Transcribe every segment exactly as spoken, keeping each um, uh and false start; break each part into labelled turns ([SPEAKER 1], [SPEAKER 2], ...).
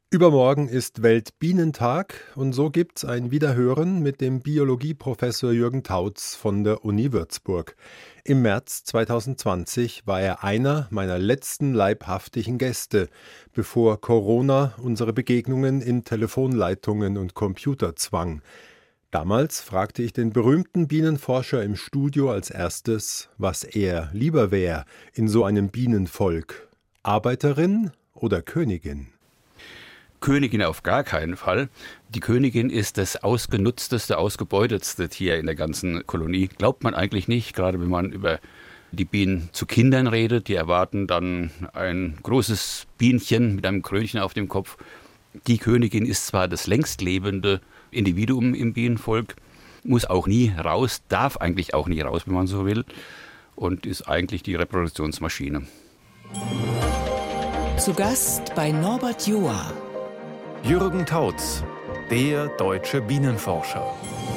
[SPEAKER 1] Übermorgen ist Weltbienentag und so gibt's ein Wiederhören mit dem Biologieprofessor Jürgen Tautz von der Uni Würzburg. Im März zweitausendzwanzig war er einer meiner letzten leibhaftigen Gäste, bevor Corona unsere Begegnungen in Telefonleitungen und Computer zwang. Damals fragte ich den berühmten Bienenforscher im Studio als erstes, was er lieber wäre in so einem Bienenvolk: Arbeiterin oder Königin?
[SPEAKER 2] Königin auf gar keinen Fall. Die Königin ist das ausgenutzteste, ausgebeutetste Tier in der ganzen Kolonie. Glaubt man eigentlich nicht, gerade wenn man über die Bienen zu Kindern redet. Die erwarten dann ein großes Bienchen mit einem Krönchen auf dem Kopf. Die Königin ist zwar das längst lebende Individuum im Bienenvolk, muss auch nie raus, darf eigentlich auch nie raus, wenn man so will, und ist eigentlich die Reproduktionsmaschine.
[SPEAKER 3] Zu Gast bei Norbert Joa.
[SPEAKER 4] Jürgen Tautz, der deutsche Bienenforscher.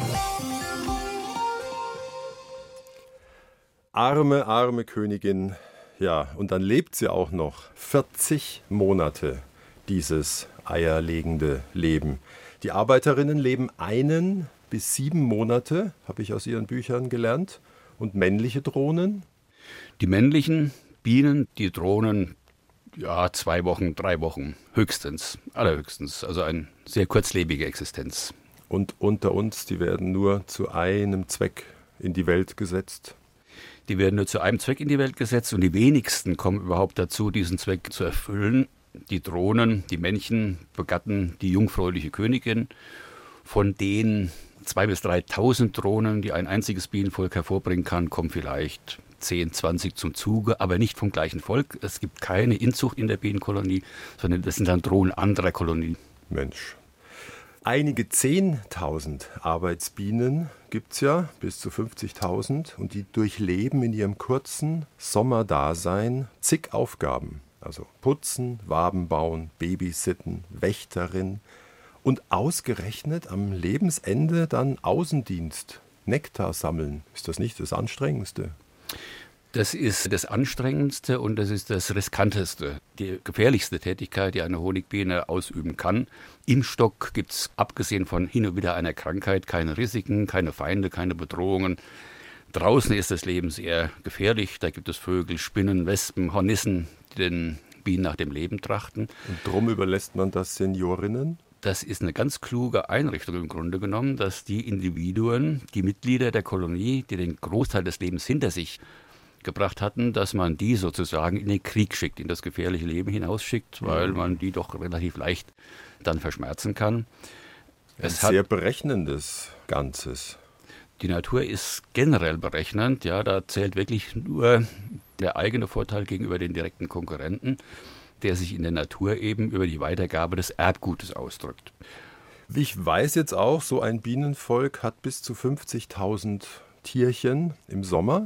[SPEAKER 1] Arme, arme Königin. Ja, und dann lebt sie auch noch vierzig Monate, dieses eierlegende Leben. Die Arbeiterinnen leben einen bis sieben Monate, habe ich aus ihren Büchern gelernt. Und männliche Drohnen?
[SPEAKER 2] Die männlichen Bienen, die Drohnen, ja, zwei Wochen, drei Wochen, höchstens, allerhöchstens. Also eine sehr kurzlebige Existenz.
[SPEAKER 1] Und unter uns, die werden nur zu einem Zweck in die Welt gesetzt?
[SPEAKER 2] Die werden nur zu einem Zweck in die Welt gesetzt und die wenigsten kommen überhaupt dazu, diesen Zweck zu erfüllen. Die Drohnen, die Männchen, begatten die jungfräuliche Königin. Von den zweitausend bis dreitausend Drohnen, die ein einziges Bienenvolk hervorbringen kann, kommen vielleicht zehn, zwanzig zum Zuge, aber nicht vom gleichen Volk. Es gibt keine Inzucht in der Bienenkolonie, sondern das sind dann Drohnen anderer Kolonien.
[SPEAKER 1] Mensch. Einige zehntausend Arbeitsbienen gibt es ja, bis zu fünfzigtausend, und die durchleben in ihrem kurzen Sommerdasein zig Aufgaben. Also putzen, Waben bauen, Babysitten, Wächterin und ausgerechnet am Lebensende dann Außendienst, Nektar sammeln. Ist das nicht das Anstrengendste?
[SPEAKER 2] Das ist das Anstrengendste und das ist das Riskanteste. Die gefährlichste Tätigkeit, die eine Honigbiene ausüben kann. Im Stock gibt es, abgesehen von hin und wieder einer Krankheit, keine Risiken, keine Feinde, keine Bedrohungen. Draußen ist das Leben sehr gefährlich. Da gibt es Vögel, Spinnen, Wespen, Hornissen, die den Bienen nach dem Leben trachten.
[SPEAKER 1] Und drum überlässt man das Seniorinnen?
[SPEAKER 2] Das ist eine ganz kluge Einrichtung im Grunde genommen, dass die Individuen, die Mitglieder der Kolonie, die den Großteil des Lebens hinter sich gebracht hatten, dass man die sozusagen in den Krieg schickt, in das gefährliche Leben hinausschickt, weil man die doch relativ leicht dann verschmerzen kann.
[SPEAKER 1] Ein
[SPEAKER 2] es
[SPEAKER 1] sehr
[SPEAKER 2] hat,
[SPEAKER 1] berechnendes Ganzes.
[SPEAKER 2] Die Natur ist generell berechnend, ja, da zählt wirklich nur der eigene Vorteil gegenüber den direkten Konkurrenten, der sich in der Natur eben über die Weitergabe des Erbgutes ausdrückt.
[SPEAKER 1] Wie ich weiß jetzt auch, so ein Bienenvolk hat bis zu fünfzigtausend Tierchen im Sommer.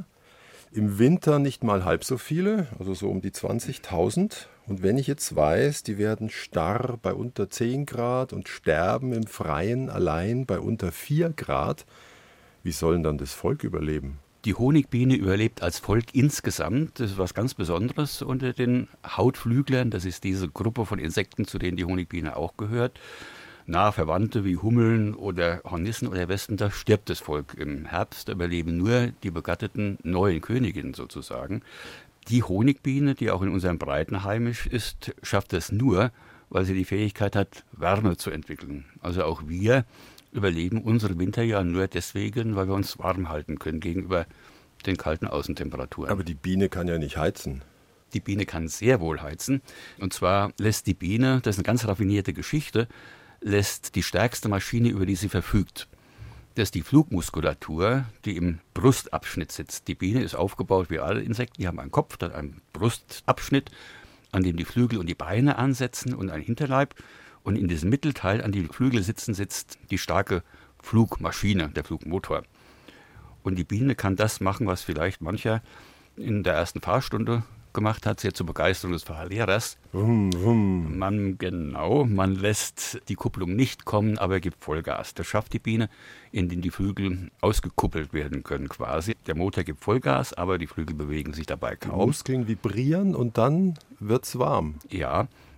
[SPEAKER 1] Im Winter nicht mal halb so viele, also so um die zwanzigtausend. Und wenn ich jetzt weiß, die werden starr bei unter zehn Grad und sterben im Freien allein bei unter vier Grad, wie soll denn dann das Volk überleben?
[SPEAKER 2] Die Honigbiene überlebt als Volk insgesamt. Das ist was ganz Besonderes unter den Hautflüglern. Das ist diese Gruppe von Insekten, zu denen die Honigbiene auch gehört. Nahe Verwandte wie Hummeln oder Hornissen oder Wespen, da stirbt das Volk im Herbst. Da überleben nur die begatteten neuen Königinnen sozusagen. Die Honigbiene, die auch in unseren Breiten heimisch ist, schafft es nur, weil sie die Fähigkeit hat, Wärme zu entwickeln. Also auch wir überleben unsere Winter ja nur deswegen, weil wir uns warm halten können gegenüber den kalten Außentemperaturen.
[SPEAKER 1] Aber die Biene kann ja nicht heizen.
[SPEAKER 2] Die Biene kann sehr wohl heizen. Und zwar lässt die Biene, das ist eine ganz raffinierte Geschichte, lässt die stärkste Maschine, über die sie verfügt. Das ist die Flugmuskulatur, die im Brustabschnitt sitzt. Die Biene ist aufgebaut wie alle Insekten. Die haben einen Kopf, dann einen Brustabschnitt, an dem die Flügel und die Beine ansetzen und ein Hinterleib. Und in diesem Mittelteil, an die Flügel sitzen, sitzt die starke Flugmaschine, der Flugmotor. Und die Biene kann das machen, was vielleicht mancher in der ersten Fahrstunde gemacht hat, sehr zur Begeisterung des Fahrlehrers.
[SPEAKER 1] Vum, vum.
[SPEAKER 2] Man, genau, man lässt die Kupplung nicht kommen, aber gibt Vollgas. Das schafft die Biene, indem die Flügel ausgekuppelt werden können quasi. Der Motor gibt Vollgas, aber die Flügel bewegen sich dabei kaum.
[SPEAKER 1] Die Muskeln vibrieren und dann wird's warm.
[SPEAKER 2] Ja,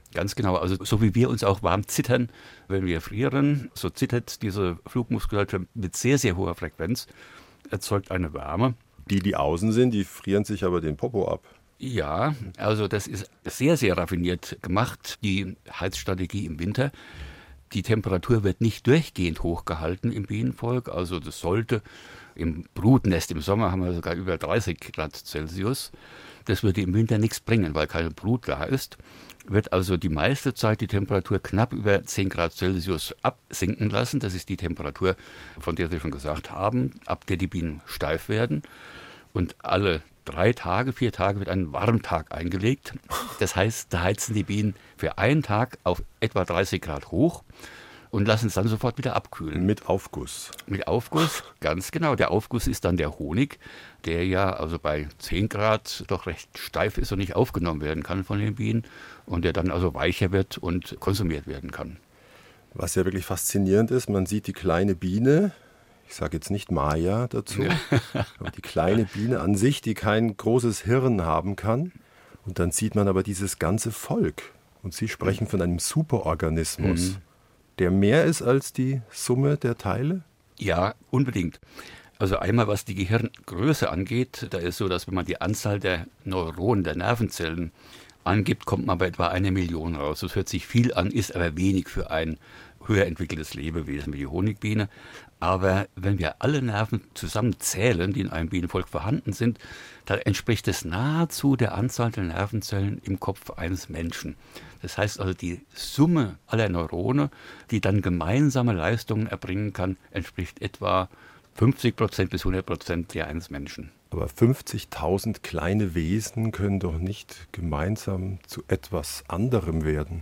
[SPEAKER 2] Ganz genau, also so wie wir uns auch warm zittern, wenn wir frieren, so zittert diese Flugmuskulatur mit sehr, sehr hoher Frequenz, erzeugt eine Wärme.
[SPEAKER 1] Die, die außen sind, die frieren sich aber den Popo ab.
[SPEAKER 2] Ja, also das ist sehr, sehr raffiniert gemacht, die Heizstrategie im Winter. Die Temperatur wird nicht durchgehend hochgehalten im Bienenvolk, also das sollte im Brutnest im Sommer haben wir sogar über dreißig Grad Celsius. Das würde im Winter nichts bringen, weil keine Brut da ist. Wird also die meiste Zeit die Temperatur knapp über zehn Grad Celsius absinken lassen. Das ist die Temperatur, von der Sie schon gesagt haben, ab der die Bienen steif werden. Und alle drei Tage, vier Tage wird ein Warmtag eingelegt. Das heißt, da heizen die Bienen für einen Tag auf etwa dreißig Grad hoch und lassen es dann sofort wieder abkühlen.
[SPEAKER 1] Mit Aufguss.
[SPEAKER 2] Mit Aufguss, ganz genau. Der Aufguss ist dann der Honig, der ja also bei zehn Grad doch recht steif ist und nicht aufgenommen werden kann von den Bienen und der dann also weicher wird und konsumiert werden kann.
[SPEAKER 1] Was ja wirklich faszinierend ist, man sieht die kleine Biene, ich sage jetzt nicht Maya dazu, ja. aber die kleine Biene an sich, die kein großes Hirn haben kann. Und dann sieht man aber dieses ganze Volk. Und Sie sprechen von einem Superorganismus, mhm. der mehr ist als die Summe der Teile?
[SPEAKER 2] Ja, unbedingt. Also einmal, was die Gehirngröße angeht, da ist so, dass wenn man die Anzahl der Neuronen, der Nervenzellen angibt, kommt man bei etwa eine Million raus. Das hört sich viel an, ist aber wenig für ein höher entwickeltes Lebewesen wie die Honigbiene. Aber wenn wir alle Nerven zusammenzählen, die in einem Bienenvolk vorhanden sind, dann entspricht es nahezu der Anzahl der Nervenzellen im Kopf eines Menschen. Das heißt also, die Summe aller Neurone, die dann gemeinsame Leistungen erbringen kann, entspricht etwa fünfzig Prozent bis hundert Prozent der eines Menschen.
[SPEAKER 1] Aber fünfzigtausend kleine Wesen können doch nicht gemeinsam zu etwas anderem werden.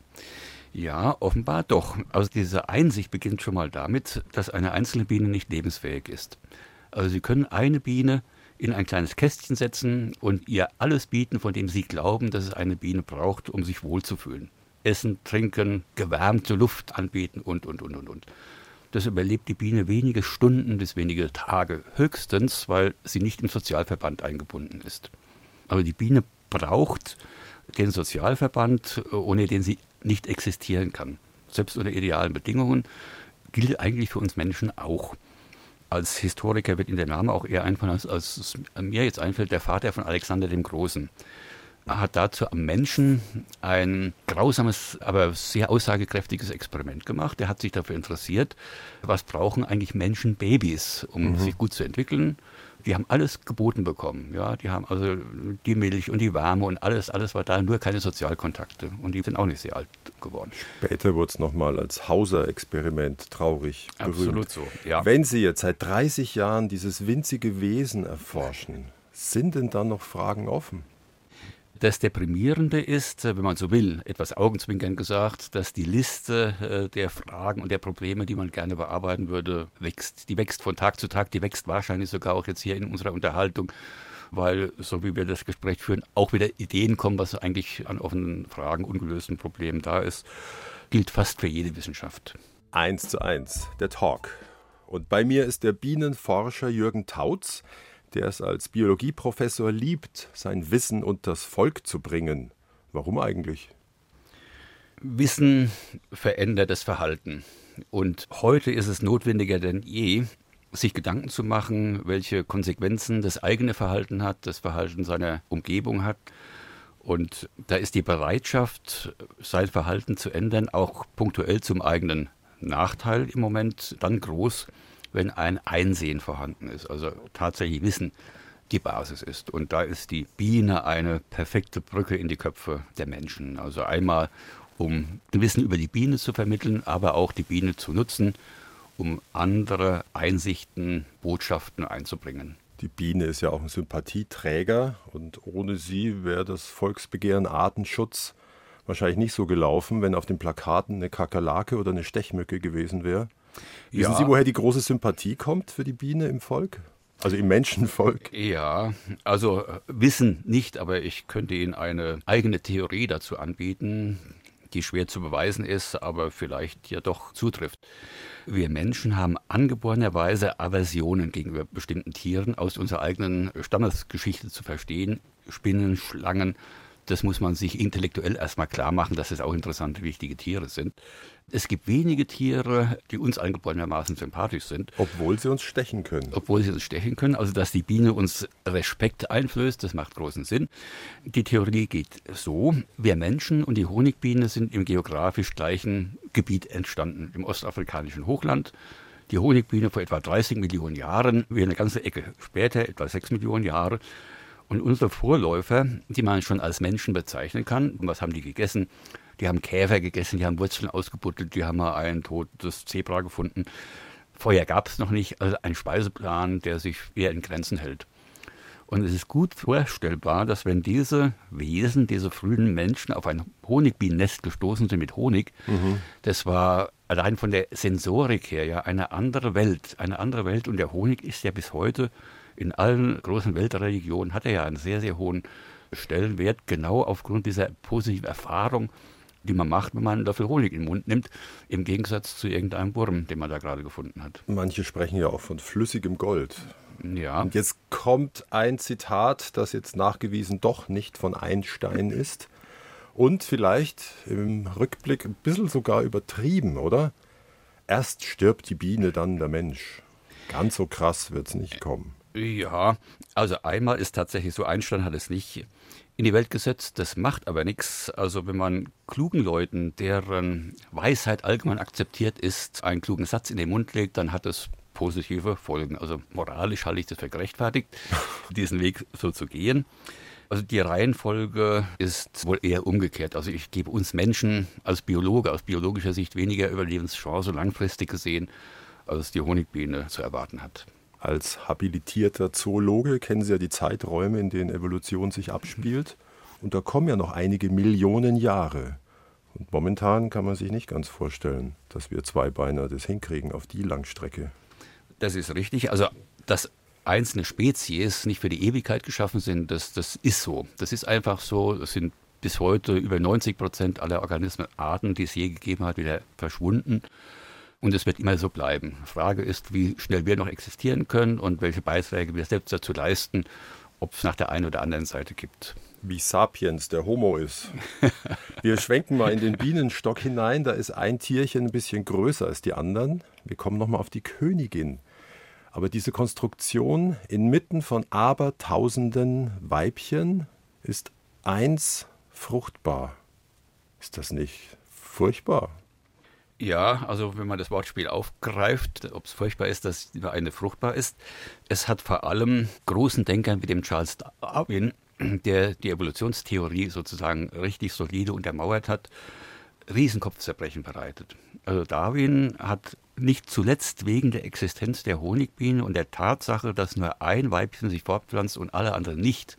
[SPEAKER 2] Ja, offenbar doch. Also diese Einsicht beginnt schon mal damit, dass eine einzelne Biene nicht lebensfähig ist. Also Sie können eine Biene in ein kleines Kästchen setzen und ihr alles bieten, von dem Sie glauben, dass es eine Biene braucht, um sich wohlzufühlen. Essen, trinken, gewärmte Luft anbieten und, und, und, und, und. Das überlebt die Biene wenige Stunden bis wenige Tage höchstens, weil sie nicht im Sozialverband eingebunden ist. Aber die Biene braucht den Sozialverband, ohne den sie nicht existieren kann. Selbst unter idealen Bedingungen gilt eigentlich für uns Menschen auch. Als Historiker wird Ihnen der Name auch eher einfallen, als, als mir jetzt einfällt, der Vater von Alexander dem Großen. Er hat dazu am Menschen ein grausames, aber sehr aussagekräftiges Experiment gemacht. Er hat sich dafür interessiert, was brauchen eigentlich Menschenbabys, um mhm. sich gut zu entwickeln. Die haben alles geboten bekommen. Ja, die haben also die Milch und die Wärme und alles, alles war da, nur keine Sozialkontakte. Und die sind auch nicht sehr alt geworden.
[SPEAKER 1] Später wurde es nochmal als Hauser-Experiment traurig berühmt.
[SPEAKER 2] Absolut so, ja.
[SPEAKER 1] Wenn Sie jetzt seit dreißig Jahren dieses winzige Wesen erforschen, sind denn dann noch Fragen offen?
[SPEAKER 2] Das Deprimierende ist, wenn man so will, etwas augenzwinkernd gesagt, dass die Liste der Fragen und der Probleme, die man gerne bearbeiten würde, wächst. Die wächst von Tag zu Tag, die wächst wahrscheinlich sogar auch jetzt hier in unserer Unterhaltung, weil, so wie wir das Gespräch führen, auch wieder Ideen kommen, was eigentlich an offenen Fragen, ungelösten Problemen da ist. Gilt fast für jede Wissenschaft.
[SPEAKER 1] Eins zu eins, der Talk. Und bei mir ist der Bienenforscher Jürgen Tautz, der es als Biologieprofessor liebt, sein Wissen unters Volk zu bringen. Warum eigentlich?
[SPEAKER 2] Wissen verändert das Verhalten. Und heute ist es notwendiger denn je, sich Gedanken zu machen, welche Konsequenzen das eigene Verhalten hat, das Verhalten seiner Umgebung hat. Und da ist die Bereitschaft, sein Verhalten zu ändern, auch punktuell zum eigenen Nachteil im Moment dann groß, wenn ein Einsehen vorhanden ist, also tatsächlich Wissen die Basis ist. Und da ist die Biene eine perfekte Brücke in die Köpfe der Menschen. Also einmal, um Wissen über die Biene zu vermitteln, aber auch die Biene zu nutzen, um andere Einsichten, Botschaften einzubringen.
[SPEAKER 1] Die Biene ist ja auch ein Sympathieträger und ohne sie wäre das Volksbegehren Artenschutz wahrscheinlich nicht so gelaufen, wenn auf den Plakaten eine Kakerlake oder eine Stechmücke gewesen wäre. Wissen
[SPEAKER 2] Ja.
[SPEAKER 1] Sie, woher die große Sympathie kommt für die Biene im Volk? Also im Menschenvolk?
[SPEAKER 2] Ja, also äh, Wissen nicht, aber ich könnte Ihnen eine eigene Theorie dazu anbieten, die schwer zu beweisen ist, aber vielleicht ja doch zutrifft. Wir Menschen haben angeborenerweise Aversionen gegenüber bestimmten Tieren aus unserer eigenen Stammesgeschichte zu verstehen. Spinnen, Schlangen, Das muss man sich intellektuell erstmal klar machen, dass es auch interessante, wichtige Tiere sind. Es gibt wenige Tiere, die uns angeborenermaßen sympathisch sind.
[SPEAKER 1] Obwohl sie uns stechen können.
[SPEAKER 2] Obwohl sie uns stechen können. Also, dass die Biene uns Respekt einflößt, das macht großen Sinn. Die Theorie geht so: Wir Menschen und die Honigbiene sind im geografisch gleichen Gebiet entstanden, im ostafrikanischen Hochland. Die Honigbiene vor etwa dreißig Millionen Jahren, wir eine ganze Ecke später, etwa sechs Millionen Jahre. Und unsere Vorläufer, die man schon als Menschen bezeichnen kann, was haben die gegessen? Die haben Käfer gegessen, die haben Wurzeln ausgebuddelt, die haben mal ein totes Zebra gefunden. Vorher gab es noch nicht, also ein Speiseplan, der sich eher in Grenzen hält. Und es ist gut vorstellbar, dass wenn diese Wesen, diese frühen Menschen auf ein Honigbienennest gestoßen sind mit Honig, mhm. das war allein von der Sensorik her ja eine andere Welt, eine andere Welt. Und der Honig ist ja bis heute in allen großen Weltreligionen, hat er ja einen sehr, sehr hohen Stellenwert, genau aufgrund dieser positiven Erfahrung, die man macht, wenn man einen Löffel Honig in den Mund nimmt, im Gegensatz zu irgendeinem Wurm, den man da gerade gefunden hat.
[SPEAKER 1] Manche sprechen ja auch von flüssigem Gold.
[SPEAKER 2] Ja.
[SPEAKER 1] Und jetzt kommt ein Zitat, das jetzt nachgewiesen doch nicht von Einstein ist und vielleicht im Rückblick ein bisschen sogar übertrieben, oder? Erst stirbt die Biene, dann der Mensch. Ganz so krass wird es nicht kommen.
[SPEAKER 2] Ja, also einmal ist tatsächlich so, Einstein hat es nicht in die Welt gesetzt, das macht aber nichts. Also wenn man klugen Leuten, deren Weisheit allgemein akzeptiert ist, einen klugen Satz in den Mund legt, dann hat es positive Folgen. Also moralisch halte ich das für gerechtfertigt, diesen Weg so zu gehen. Also die Reihenfolge ist wohl eher umgekehrt. Also ich gebe uns Menschen als Biologe aus biologischer Sicht weniger Überlebenschance langfristig gesehen, als die Honigbiene zu erwarten hat.
[SPEAKER 1] Als habilitierter Zoologe kennen Sie ja die Zeiträume, in denen Evolution sich abspielt. Und da kommen ja noch einige Millionen Jahre. Und momentan kann man sich nicht ganz vorstellen, dass wir Zweibeiner das hinkriegen auf die Langstrecke.
[SPEAKER 2] Das ist richtig. Also, dass einzelne Spezies nicht für die Ewigkeit geschaffen sind, das, das ist so. Das ist einfach so. Das sind bis heute über neunzig Prozent aller Organismenarten, die es je gegeben hat, wieder verschwunden. Und es wird immer so bleiben. Die Frage ist, wie schnell wir noch existieren können und welche Beiträge wir selbst dazu leisten, ob es nach der einen oder anderen Seite gibt.
[SPEAKER 1] Wie Sapiens, der Homo ist. Wir schwenken mal in den Bienenstock hinein. Da ist ein Tierchen ein bisschen größer als die anderen. Wir kommen nochmal auf die Königin. Aber diese Konstruktion inmitten von abertausenden Weibchen ist eins fruchtbar. Ist das nicht furchtbar?
[SPEAKER 2] Ja, also wenn man das Wortspiel aufgreift, ob es furchtbar ist, dass die eine fruchtbar ist. Es hat vor allem großen Denkern wie dem Charles Darwin, der die Evolutionstheorie sozusagen richtig solide untermauert hat, Riesenkopfzerbrechen bereitet. Also Darwin hat nicht zuletzt wegen der Existenz der Honigbiene und der Tatsache, dass nur ein Weibchen sich fortpflanzt und alle anderen nicht,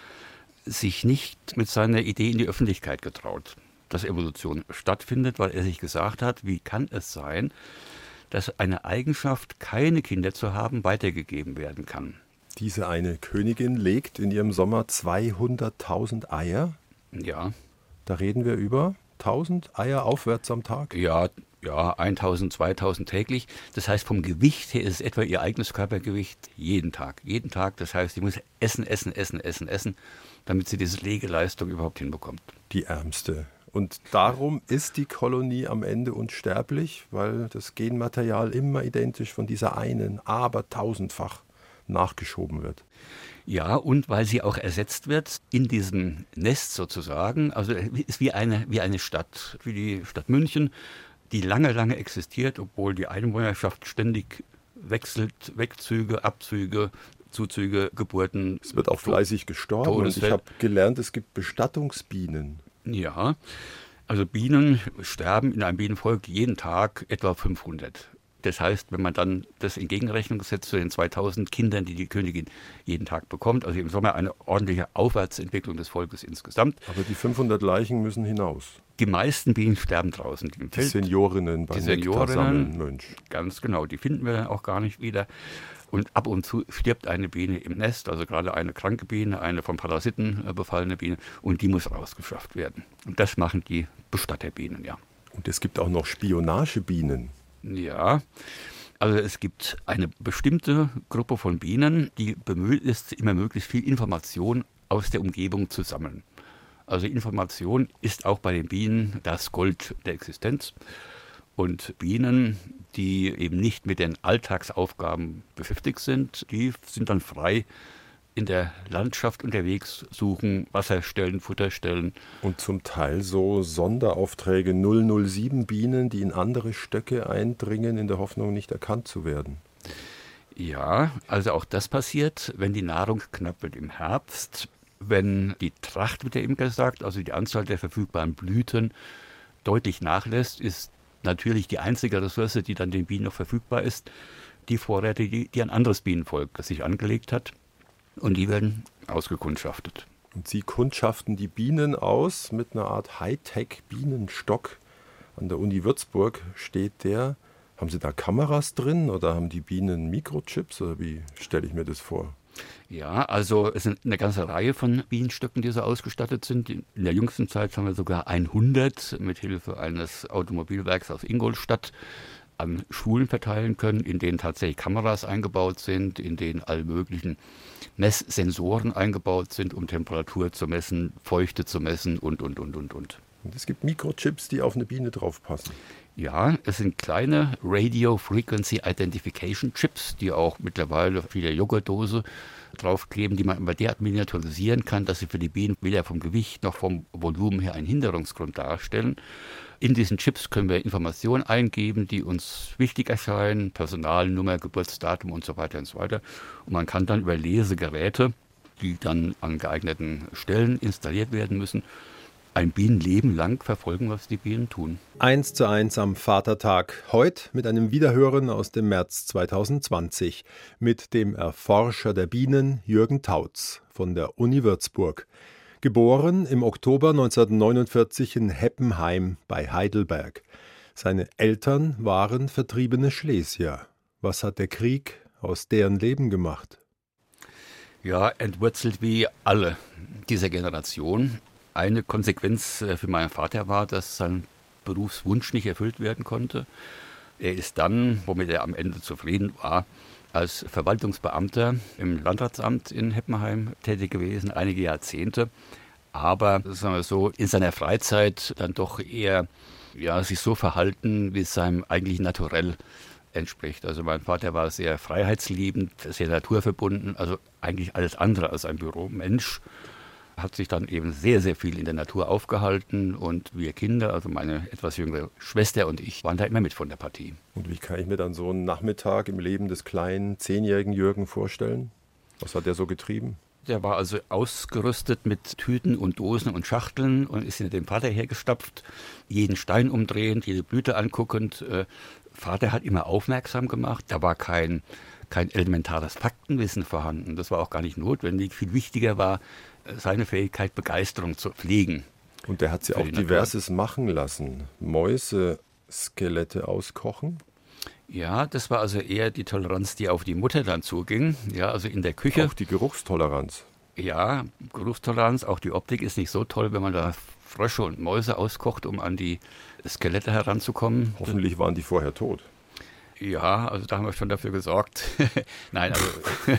[SPEAKER 2] sich nicht mit seiner Idee in die Öffentlichkeit getraut, dass Evolution stattfindet, weil er sich gesagt hat, wie kann es sein, dass eine Eigenschaft, keine Kinder zu haben, weitergegeben werden kann.
[SPEAKER 1] Diese eine Königin legt in ihrem Sommer zweihunderttausend Eier.
[SPEAKER 2] Ja.
[SPEAKER 1] Da reden wir über tausend Eier aufwärts am Tag?
[SPEAKER 2] Ja, ja, tausend, zweitausend täglich. Das heißt, vom Gewicht her ist es etwa ihr eigenes Körpergewicht jeden Tag. Jeden Tag, das heißt, sie muss essen, essen, essen, essen, essen, damit sie diese Legeleistung überhaupt hinbekommt.
[SPEAKER 1] Die Ärmste. Und darum ist die Kolonie am Ende unsterblich, weil das Genmaterial immer identisch von dieser einen, aber tausendfach nachgeschoben wird.
[SPEAKER 2] Ja, und weil sie auch ersetzt wird in diesem Nest sozusagen. Also es ist wie eine, wie eine Stadt, wie die Stadt München, die lange, lange existiert, obwohl die Einwohnerschaft ständig wechselt, Wegzüge, Abzüge, Zuzüge, Geburten.
[SPEAKER 1] Es wird auch fleißig gestorben und ich habe gelernt, es gibt Bestattungsbienen.
[SPEAKER 2] Ja, also Bienen sterben in einem Bienenvolk jeden Tag etwa fünfhundert. Das heißt, wenn man dann das in Gegenrechnung setzt zu den zweitausend Kindern, die die Königin jeden Tag bekommt, also im Sommer eine ordentliche Aufwärtsentwicklung des Volkes insgesamt.
[SPEAKER 1] Aber die fünfhundert Leichen müssen hinaus.
[SPEAKER 2] Die meisten Bienen sterben draußen im Feld.
[SPEAKER 1] Die Seniorinnen beim
[SPEAKER 2] die Seniorinnen,
[SPEAKER 1] Mensch.
[SPEAKER 2] Ganz genau, die finden wir dann auch gar nicht wieder. Und ab und zu stirbt eine Biene im Nest, also gerade eine kranke Biene, eine von Parasiten befallene Biene, und die muss rausgeschafft werden. Und das machen die Bestatterbienen, ja.
[SPEAKER 1] Und es gibt auch noch Spionagebienen.
[SPEAKER 2] Ja, also es gibt eine bestimmte Gruppe von Bienen, die bemüht ist, immer möglichst viel Information aus der Umgebung zu sammeln. Also Information ist auch bei den Bienen das Gold der Existenz. Und Bienen, die eben nicht mit den Alltagsaufgaben beschäftigt sind, die sind dann frei in der Landschaft unterwegs, suchen Wasserstellen, Futterstellen.
[SPEAKER 1] Und zum Teil so Sonderaufträge null null sieben Bienen, die in andere Stöcke eindringen, in der Hoffnung, nicht erkannt zu werden.
[SPEAKER 2] Ja, also auch das passiert, wenn die Nahrung knapp wird im Herbst, wenn die Tracht, wie der Imker sagt, also die Anzahl der verfügbaren Blüten deutlich nachlässt, ist natürlich die einzige Ressource, die dann den Bienen noch verfügbar ist, die Vorräte, die, die ein anderes Bienenvolk sich angelegt hat. Und die werden ausgekundschaftet.
[SPEAKER 1] Und Sie kundschaften die Bienen aus mit einer Art Hightech-Bienenstock. An der Uni Würzburg steht der. Haben Sie da Kameras drin oder haben die Bienen Mikrochips? Oder wie stelle ich mir das vor?
[SPEAKER 2] Ja, also es sind eine ganze Reihe von Bienenstöcken, die so ausgestattet sind. In der jüngsten Zeit haben wir sogar hundert mit Hilfe eines Automobilwerks aus Ingolstadt an Schulen verteilen können, in denen tatsächlich Kameras eingebaut sind, in denen alle möglichen Messsensoren eingebaut sind, um Temperatur zu messen, Feuchte zu messen und, und, und, und, und.
[SPEAKER 1] Und es gibt Mikrochips, die auf eine Biene draufpassen.
[SPEAKER 2] Ja, es sind kleine Radio Frequency Identification Chips, die auch mittlerweile auf jeder Joghurtdose draufkleben, die man aber derart miniaturisieren kann, dass sie für die Bienen weder vom Gewicht noch vom Volumen her einen Hinderungsgrund darstellen. In diesen Chips können wir Informationen eingeben, die uns wichtig erscheinen, Personalnummer, Geburtsdatum und so weiter und so weiter. Und man kann dann über Lesegeräte, die dann an geeigneten Stellen installiert werden müssen, ein Bienenleben lang verfolgen, was die Bienen tun.
[SPEAKER 1] Eins zu eins am Vatertag. Heute mit einem Wiederhören aus dem März zweitausendzwanzig mit dem Erforscher der Bienen Jürgen Tautz von der Uni Würzburg. Geboren im Oktober neunzehnhundertneunundvierzig in Heppenheim bei Heidelberg. Seine Eltern waren vertriebene Schlesier. Was hat der Krieg aus deren Leben gemacht?
[SPEAKER 2] Ja, entwurzelt wie alle dieser Generation. Eine Konsequenz für meinen Vater war, dass sein Berufswunsch nicht erfüllt werden konnte. Er ist dann, womit er am Ende zufrieden war, als Verwaltungsbeamter im Landratsamt in Heppenheim tätig gewesen, einige Jahrzehnte. Aber, sagen wir so, in seiner Freizeit dann doch eher ja, sich so verhalten, wie es seinem eigentlichen Naturell entspricht. Also mein Vater war sehr freiheitsliebend, sehr naturverbunden, also eigentlich alles andere als ein Büromensch. Hat sich dann eben sehr, sehr viel in der Natur aufgehalten und wir Kinder, also meine etwas jüngere Schwester und ich, waren da immer mit von der Partie.
[SPEAKER 1] Und wie kann ich mir dann so einen Nachmittag im Leben des kleinen, zehnjährigen Jürgen vorstellen? Was hat der so getrieben?
[SPEAKER 2] Der war also ausgerüstet mit Tüten und Dosen und Schachteln und ist hinter dem Vater hergestapft, jeden Stein umdrehend, jede Blüte anguckend. Äh, Vater hat immer aufmerksam gemacht, da war kein, kein elementares Faktenwissen vorhanden, das war auch gar nicht notwendig. Viel wichtiger war seine Fähigkeit, Begeisterung zu pflegen.
[SPEAKER 1] Und der hat sie auch Diverses machen lassen. Mäuse, Skelette auskochen?
[SPEAKER 2] Ja, das war also eher die Toleranz, die auf die Mutter dann zuging. Ja, also in der Küche.
[SPEAKER 1] Auch die Geruchstoleranz?
[SPEAKER 2] Ja, Geruchstoleranz. Auch die Optik ist nicht so toll, wenn man da Frösche und Mäuse auskocht, um an die Skelette heranzukommen.
[SPEAKER 1] Hoffentlich waren die vorher tot.
[SPEAKER 2] Ja, also da haben wir schon dafür gesorgt. Nein, also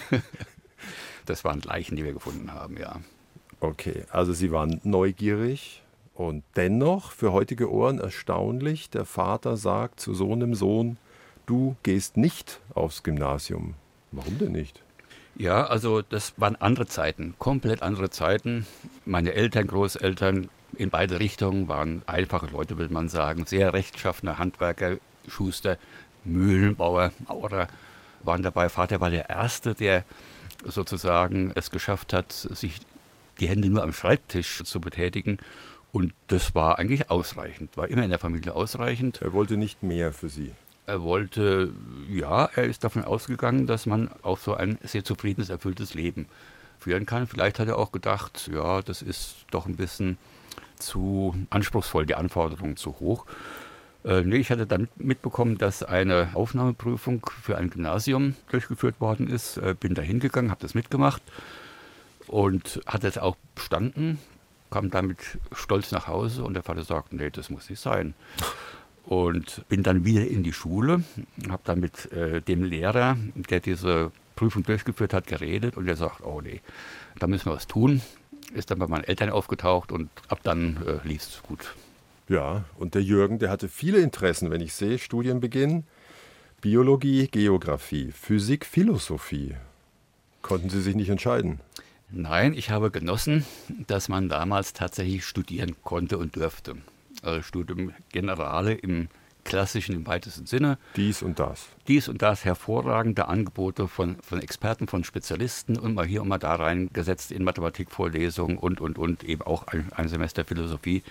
[SPEAKER 2] das waren Leichen, die wir gefunden haben, ja.
[SPEAKER 1] Okay, also Sie waren neugierig und dennoch für heutige Ohren erstaunlich, der Vater sagt zu so einem Sohn, du gehst nicht aufs Gymnasium. Warum denn nicht?
[SPEAKER 2] Ja, also das waren andere Zeiten, komplett andere Zeiten. Meine Eltern, Großeltern in beide Richtungen waren einfache Leute, will man sagen, sehr rechtschaffene Handwerker, Schuster, Mühlenbauer, Maurer waren dabei. Vater war der Erste, der sozusagen es geschafft hat, sich die Hände nur am Schreibtisch zu betätigen. Und das war eigentlich ausreichend, war immer in der Familie ausreichend.
[SPEAKER 1] Er wollte nicht mehr für Sie.
[SPEAKER 2] Er wollte, ja, er ist davon ausgegangen, dass man auch so ein sehr zufriedenes, erfülltes Leben führen kann. Vielleicht hat er auch gedacht, ja, das ist doch ein bisschen zu anspruchsvoll, die Anforderungen zu hoch. Äh, nee, ich hatte dann mitbekommen, dass eine Aufnahmeprüfung für ein Gymnasium durchgeführt worden ist. Äh, bin da hingegangen, habe das mitgemacht und hatte es auch bestanden, kam damit stolz nach Hause und der Vater sagte, nee, das muss nicht sein. Und bin dann wieder in die Schule, habe dann mit äh, dem Lehrer, der diese Prüfung durchgeführt hat, geredet und der sagt, oh nee, da müssen wir was tun. ist dann bei meinen Eltern aufgetaucht und ab dann äh, lief es gut.
[SPEAKER 1] Ja, und der Jürgen, der hatte viele Interessen, wenn ich sehe, Studienbeginn, Biologie, Geografie, Physik, Philosophie. Konnten Sie sich nicht entscheiden?
[SPEAKER 2] Nein, ich habe genossen, dass man damals tatsächlich studieren konnte und durfte. Also Studium Generale im klassischen, im weitesten Sinne.
[SPEAKER 1] Dies und das.
[SPEAKER 2] Dies und das, hervorragende Angebote von, von Experten, von Spezialisten und mal hier und mal da reingesetzt in Mathematikvorlesungen und, und, und eben auch ein, ein Semester Philosophie.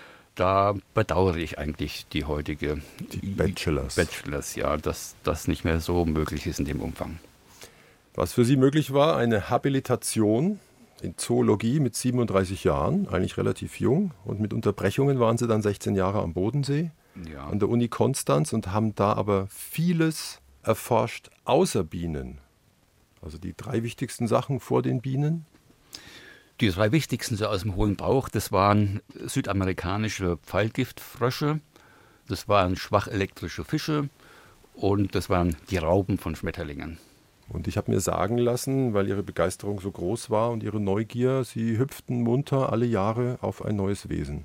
[SPEAKER 2] Da bedauere ich eigentlich die heutige
[SPEAKER 1] Die Bachelors.
[SPEAKER 2] Bachelors, ja, dass das nicht mehr so möglich ist in dem Umfang.
[SPEAKER 1] Was für Sie möglich war, eine Habilitation in Zoologie mit siebenunddreißig Jahren, eigentlich relativ jung. Und mit Unterbrechungen waren Sie dann sechzehn Jahre am Bodensee,
[SPEAKER 2] Ja.
[SPEAKER 1] an der Uni Konstanz und haben da aber vieles erforscht außer Bienen. Also die drei wichtigsten Sachen vor den Bienen.
[SPEAKER 2] Die drei wichtigsten so aus dem hohen Bauch, das waren südamerikanische Pfeilgiftfrösche, das waren schwach elektrische Fische und das waren die Raupen von Schmetterlingen.
[SPEAKER 1] Und ich habe mir sagen lassen, weil Ihre Begeisterung so groß war und Ihre Neugier, Sie hüpften munter alle Jahre auf ein neues Wesen.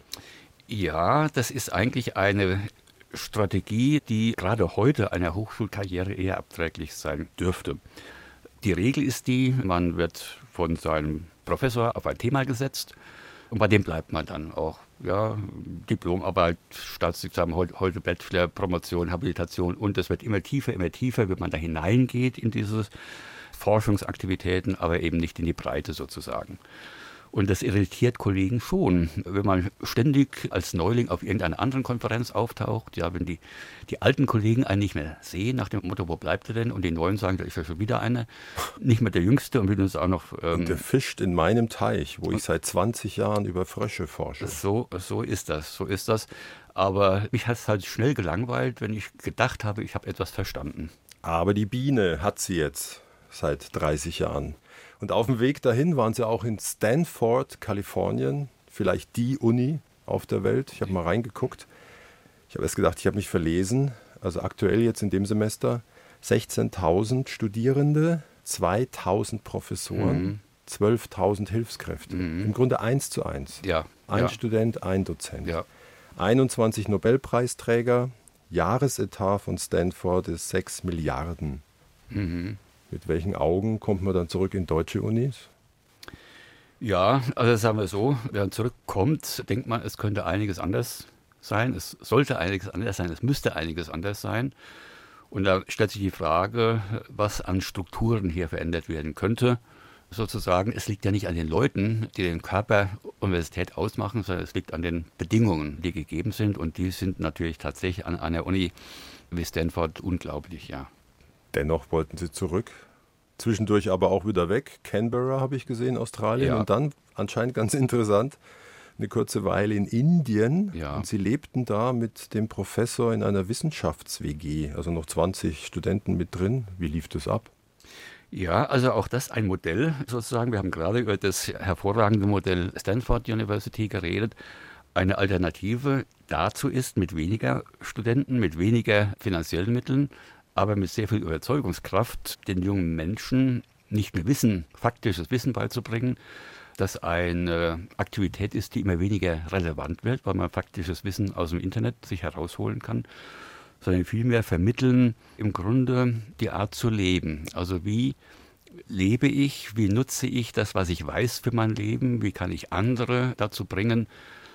[SPEAKER 2] Ja, das ist eigentlich eine Strategie, die gerade heute einer Hochschulkarriere eher abträglich sein dürfte. Die Regel ist die, man wird von seinem Professor auf ein Thema gesetzt und bei dem bleibt man dann auch. Ja, Diplomarbeit, Staatsexamen, heute Bachelor, Promotion, Habilitation und es wird immer tiefer, immer tiefer, wenn man da hineingeht in diese Forschungsaktivitäten, aber eben nicht in die Breite sozusagen. Und das irritiert Kollegen schon, wenn man ständig als Neuling auf irgendeiner anderen Konferenz auftaucht. Ja, wenn die, die alten Kollegen einen nicht mehr sehen, nach dem Motto, wo bleibt er denn? Und die Neuen sagen, da ist ja schon wieder einer. Nicht mehr der Jüngste und will uns auch noch... Ähm,
[SPEAKER 1] und der fischt in meinem Teich, wo ich seit zwanzig Jahren über Frösche forsche.
[SPEAKER 2] So, so ist das, so ist das. Aber mich hat es halt schnell gelangweilt, wenn ich gedacht habe, ich habe etwas verstanden.
[SPEAKER 1] Aber die Biene hat sie jetzt seit dreißig Jahren. Und auf dem Weg dahin waren sie auch in Stanford, Kalifornien, vielleicht die Uni auf der Welt. Ich habe mal reingeguckt. Ich habe erst gedacht, ich habe mich verlesen. Also aktuell jetzt in dem Semester sechzehntausend Studierende, zweitausend Professoren, mhm. zwölftausend Hilfskräfte. Mhm. Im Grunde eins zu eins.
[SPEAKER 2] Ja,
[SPEAKER 1] ein
[SPEAKER 2] ja.
[SPEAKER 1] Student, ein Dozent.
[SPEAKER 2] Ja.
[SPEAKER 1] einundzwanzig Nobelpreisträger. Jahresetat von Stanford ist sechs Milliarden.
[SPEAKER 2] Mhm.
[SPEAKER 1] Mit welchen Augen kommt man dann zurück in deutsche Unis?
[SPEAKER 2] Ja, also sagen wir so, wenn man zurückkommt, denkt man, es könnte einiges anders sein, es sollte einiges anders sein, es müsste einiges anders sein. Und da stellt sich die Frage, was an Strukturen hier verändert werden könnte. Sozusagen, es liegt ja nicht an den Leuten, die den Körper Universität ausmachen, sondern es liegt an den Bedingungen, die gegeben sind. Und die sind natürlich tatsächlich an einer Uni wie Stanford unglaublich, ja.
[SPEAKER 1] Dennoch wollten sie zurück, zwischendurch aber auch wieder weg. Canberra habe ich gesehen, Australien.
[SPEAKER 2] Ja.
[SPEAKER 1] Und dann, anscheinend ganz interessant, eine kurze Weile in Indien.
[SPEAKER 2] Ja.
[SPEAKER 1] Und sie lebten da mit dem Professor in einer Wissenschafts-W G, also noch zwanzig Studenten mit drin. Wie lief das ab?
[SPEAKER 2] Ja, also auch das ein Modell sozusagen. Wir haben gerade über das hervorragende Modell Stanford University geredet. Eine Alternative dazu ist, mit weniger Studenten, mit weniger finanziellen Mitteln, aber mit sehr viel Überzeugungskraft den jungen Menschen nicht nur Wissen, faktisches Wissen beizubringen, das eine Aktivität ist, die immer weniger relevant wird, weil man faktisches Wissen aus dem Internet sich herausholen kann, sondern vielmehr vermitteln im Grunde die Art zu leben. Also wie lebe ich, wie nutze ich das, was ich weiß für mein Leben, wie kann ich andere dazu bringen,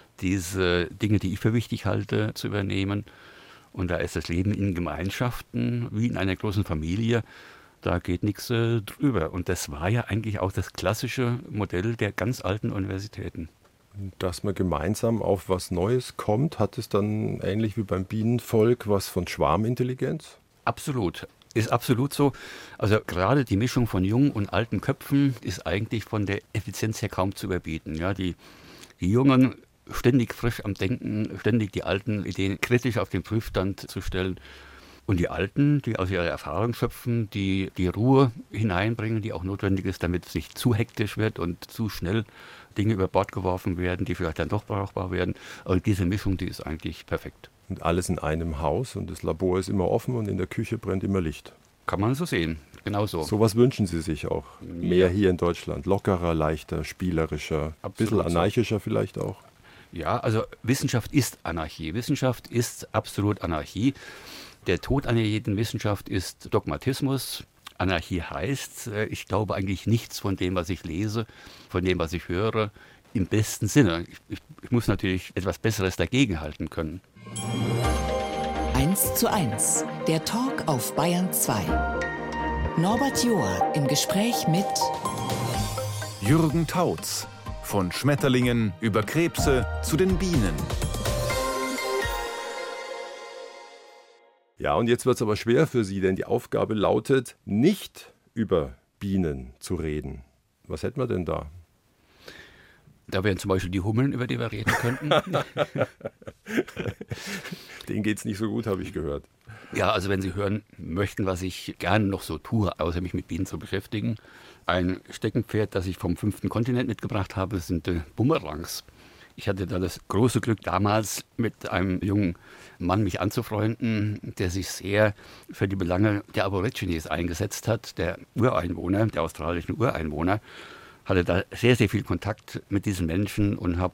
[SPEAKER 2] diese Dinge, die ich für wichtig halte, zu übernehmen. Und da ist das Leben in Gemeinschaften, wie in einer großen Familie, da geht nichts äh, drüber. Und das war ja eigentlich auch das klassische Modell der ganz alten Universitäten.
[SPEAKER 1] Dass man gemeinsam auf was Neues kommt, hat es dann ähnlich wie beim Bienenvolk was von Schwarmintelligenz?
[SPEAKER 2] Absolut. Ist absolut so. Also gerade die Mischung von jungen und alten Köpfen ist eigentlich von der Effizienz her kaum zu überbieten. Ja, die, die Jungen ständig frisch am Denken, ständig die alten Ideen kritisch auf den Prüfstand zu stellen. Und die Alten, die aus ihrer Erfahrung schöpfen, die die Ruhe hineinbringen, die auch notwendig ist, damit es nicht zu hektisch wird und zu schnell Dinge über Bord geworfen werden, die vielleicht dann doch brauchbar werden. Also diese Mischung, die ist eigentlich perfekt.
[SPEAKER 1] Und alles in einem Haus und das Labor ist immer offen und in der Küche brennt immer Licht.
[SPEAKER 2] Kann man so sehen, genau so.
[SPEAKER 1] Sowas wünschen Sie sich auch, mehr ja. hier in Deutschland, lockerer, leichter, spielerischer, ein bisschen anarchischer so. Vielleicht auch.
[SPEAKER 2] Ja, also Wissenschaft ist Anarchie, Wissenschaft ist absolut Anarchie. Der Tod einer jeden Wissenschaft ist Dogmatismus. Anarchie heißt, ich glaube eigentlich nichts von dem, was ich lese, von dem, was ich höre, im besten Sinne. Ich, ich, ich muss natürlich etwas Besseres dagegenhalten können.
[SPEAKER 3] eins zu eins, der Talk auf Bayern zwei. Norbert Joa im Gespräch mit
[SPEAKER 4] Jürgen Tautz. Von Schmetterlingen über Krebse zu den Bienen.
[SPEAKER 1] Ja, und jetzt wird es aber schwer für Sie, denn die Aufgabe lautet, nicht über Bienen zu reden. Was hätten wir denn da?
[SPEAKER 2] Da wären zum Beispiel die Hummeln, über die wir reden könnten.
[SPEAKER 1] Denen geht es nicht so gut, habe ich gehört.
[SPEAKER 2] Ja, also wenn Sie hören möchten, was ich gerne noch so tue, außer mich mit Bienen zu beschäftigen. Ein Steckenpferd, das ich vom fünften Kontinent mitgebracht habe, sind äh, Bumerangs. Ich hatte da das große Glück, damals mit einem jungen Mann mich anzufreunden, der sich sehr für die Belange der Aborigines eingesetzt hat, der Ureinwohner, der australischen Ureinwohner. Hatte da sehr, sehr viel Kontakt mit diesen Menschen und habe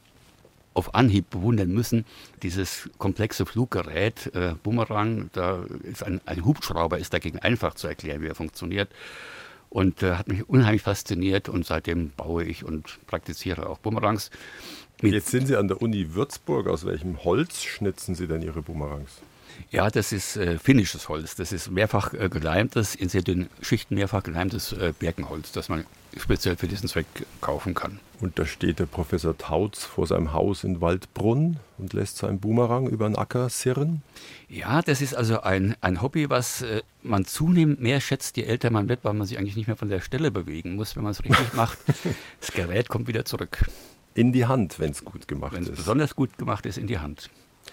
[SPEAKER 2] auf Anhieb bewundern müssen, dieses komplexe Fluggerät, äh, Bumerang, da ist ein, ein Hubschrauber ist dagegen einfach zu erklären, wie er funktioniert. Und äh, hat mich unheimlich fasziniert und seitdem baue ich und praktiziere auch Bumerangs.
[SPEAKER 1] Jetzt sind Sie an der Uni Würzburg. Aus welchem Holz schnitzen Sie denn Ihre Bumerangs?
[SPEAKER 2] Ja, das ist äh, finnisches Holz. Das ist mehrfach äh, geleimtes, in sehr dünnen Schichten mehrfach geleimtes äh, Birkenholz, das man speziell für diesen Zweck kaufen kann.
[SPEAKER 1] Und da steht der Professor Tautz vor seinem Haus in Waldbrunn und lässt seinen Bumerang über den Acker sirren?
[SPEAKER 2] Ja, das ist also ein, ein Hobby, was äh, man zunehmend mehr schätzt, je älter man wird, weil man sich eigentlich nicht mehr von der Stelle bewegen muss, wenn man es richtig macht. Das Gerät kommt wieder zurück.
[SPEAKER 1] In die Hand, wenn es gut gemacht
[SPEAKER 2] Wenn's
[SPEAKER 1] ist.
[SPEAKER 2] Besonders gut gemacht ist, in die Hand.